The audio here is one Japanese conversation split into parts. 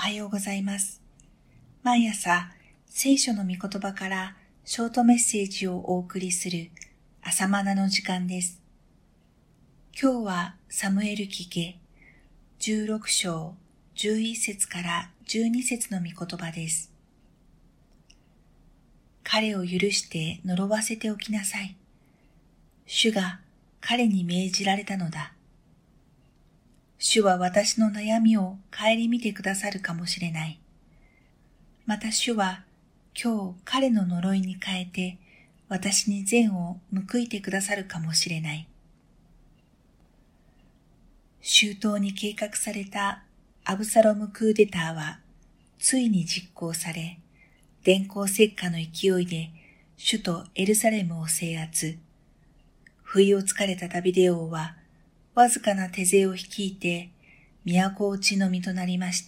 はようございます。毎朝、聖書の御言葉からショートメッセージをお送りする朝マナの時間です。今日はサムエル記下16章11節から12節の御言葉です。彼を許して呪わせておきなさい。主が彼に命じられたのだ。主は私の悩みを顧みてくださるかもしれない。また主は今日彼の呪いに変えて私に善を報いてくださるかもしれない。周到に計画されたアブサロムクーデターはついに実行され、電光石火の勢いで首都エルサレムを制圧。不意をつかれたダビデ王はわずかな手勢を率いて都落ちの身となりました。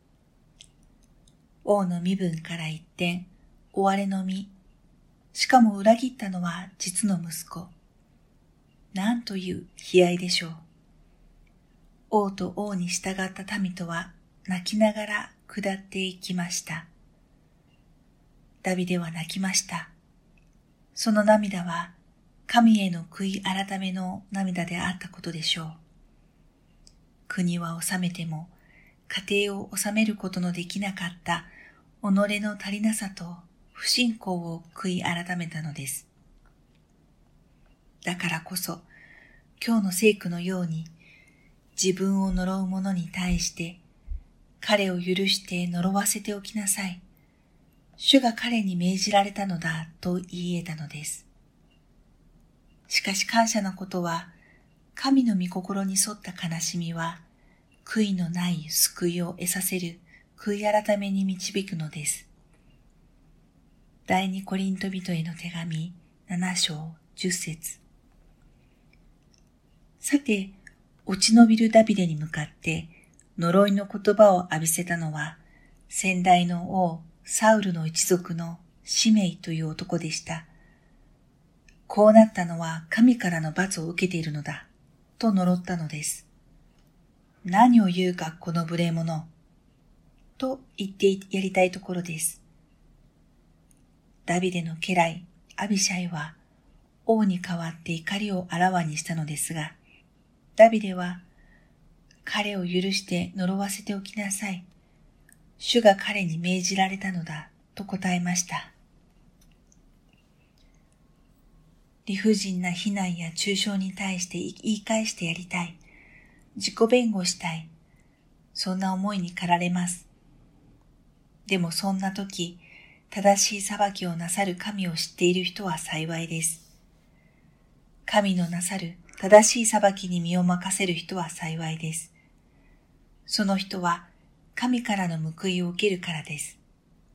王の身分から一転、追われの身。しかも裏切ったのは実の息子。なんという悲哀でしょう。王と王に従った民とは泣きながら下っていきました。ダビデは泣きました。その涙は神への悔い改めの涙であったことでしょう。国は治めても家庭を治めることのできなかった己の足りなさと不信仰を悔い改めたのです。だからこそ今日の聖句のように自分を呪う者に対して彼を許して呪わせておきなさい。主が彼に命じられたのだと言い得たのです。しかし感謝なことは、神の御心に沿った悲しみは、悔いのない救いを得させる悔い改めに導くのです。第二コリント人への手紙7章10節。さて、落ち延びるダビデに向かって呪いの言葉を浴びせたのは、先代の王サウルの一族のシメイという男でした。こうなったのは神からの罰を受けているのだ、と呪ったのです。何を言うかこの無礼者、と言ってやりたいところです。ダビデの家来、アビシャイは、王に代わって怒りをあらわにしたのですが、ダビデは、彼を許して呪わせておきなさい。主が彼に命じられたのだ、と答えました。理不尽な非難や中傷に対して言い返してやりたい。自己弁護したい。そんな思いに駆られます。でもそんな時、正しい裁きをなさる神を知っている人は幸いです。神のなさる正しい裁きに身を任せる人は幸いです。その人は神からの報いを受けるからです。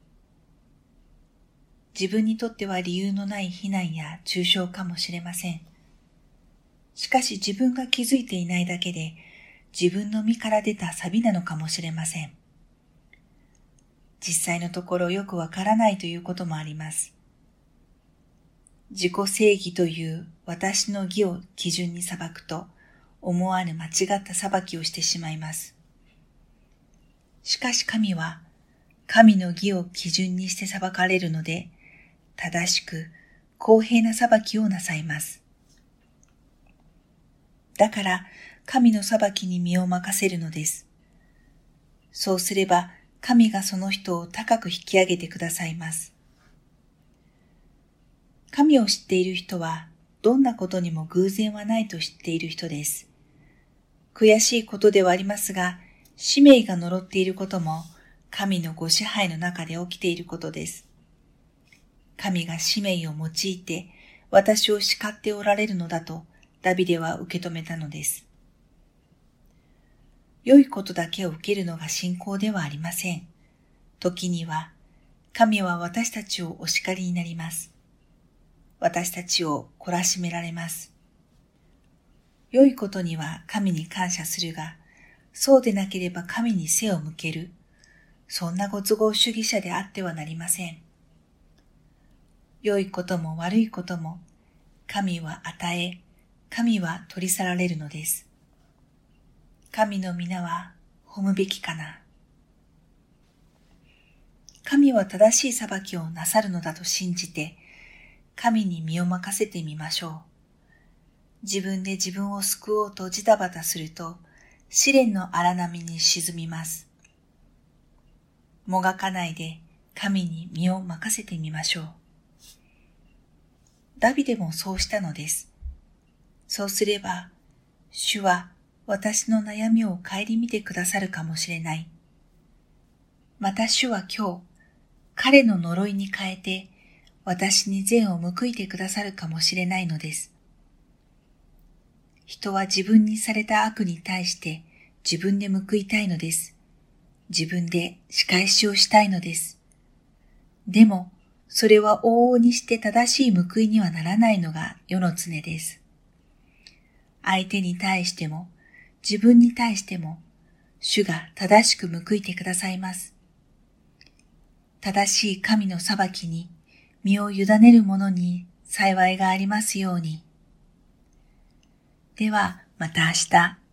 自分にとっては理由のない非難や中傷かもしれません。しかし自分が気づいていないだけで自分の身から出た錆なのかもしれません。実際のところよくわからないということもあります。自己正義という私の義を基準に裁くと思わぬ間違った裁きをしてしまいます。しかし神は神の義を基準にして裁かれるので正しく公平な裁きをなさいます。だから神の裁きに身を任せるのです。そうすれば神がその人を高く引き上げてくださいます。神を知っている人はどんなことにも偶然はないと知っている人です。悔しいことではありますが、シメイが呪っていることも神のご支配の中で起きていることです。神がシメイを用いて私を叱っておられるのだとダビデは受け止めたのです。良いことだけを受けるのが信仰ではありません。時には神は私たちをお叱りになります。私たちを懲らしめられます。良いことには神に感謝するが、そうでなければ神に背を向ける。そんなご都合主義者であってはなりません。良いことも悪いことも、神は与え、神は取り去られるのです。神の皆は褒むべきかな。 神は正しい裁きをなさるのだと信じて、神に身を任せてみましょう。自分で自分を救おうとジタバタすると、試練の荒波に沈みます。もがかないで神に身を任せてみましょう。ダビデもそうしたのです。そうすれば、主は私の悩みを顧みてくださるかもしれない。また主は今日、彼の呪いに変えて、私に善を報いてくださるかもしれないのです。人は自分にされた悪に対して自分で報いたいのです。自分で仕返しをしたいのです。でも、それは往々にして正しい報いにはならないのが世の常です。相手に対しても、自分に対しても、主が正しく報いてくださいます。正しい神の裁きに身を委ねる者に幸いがありますように。ではまた明日。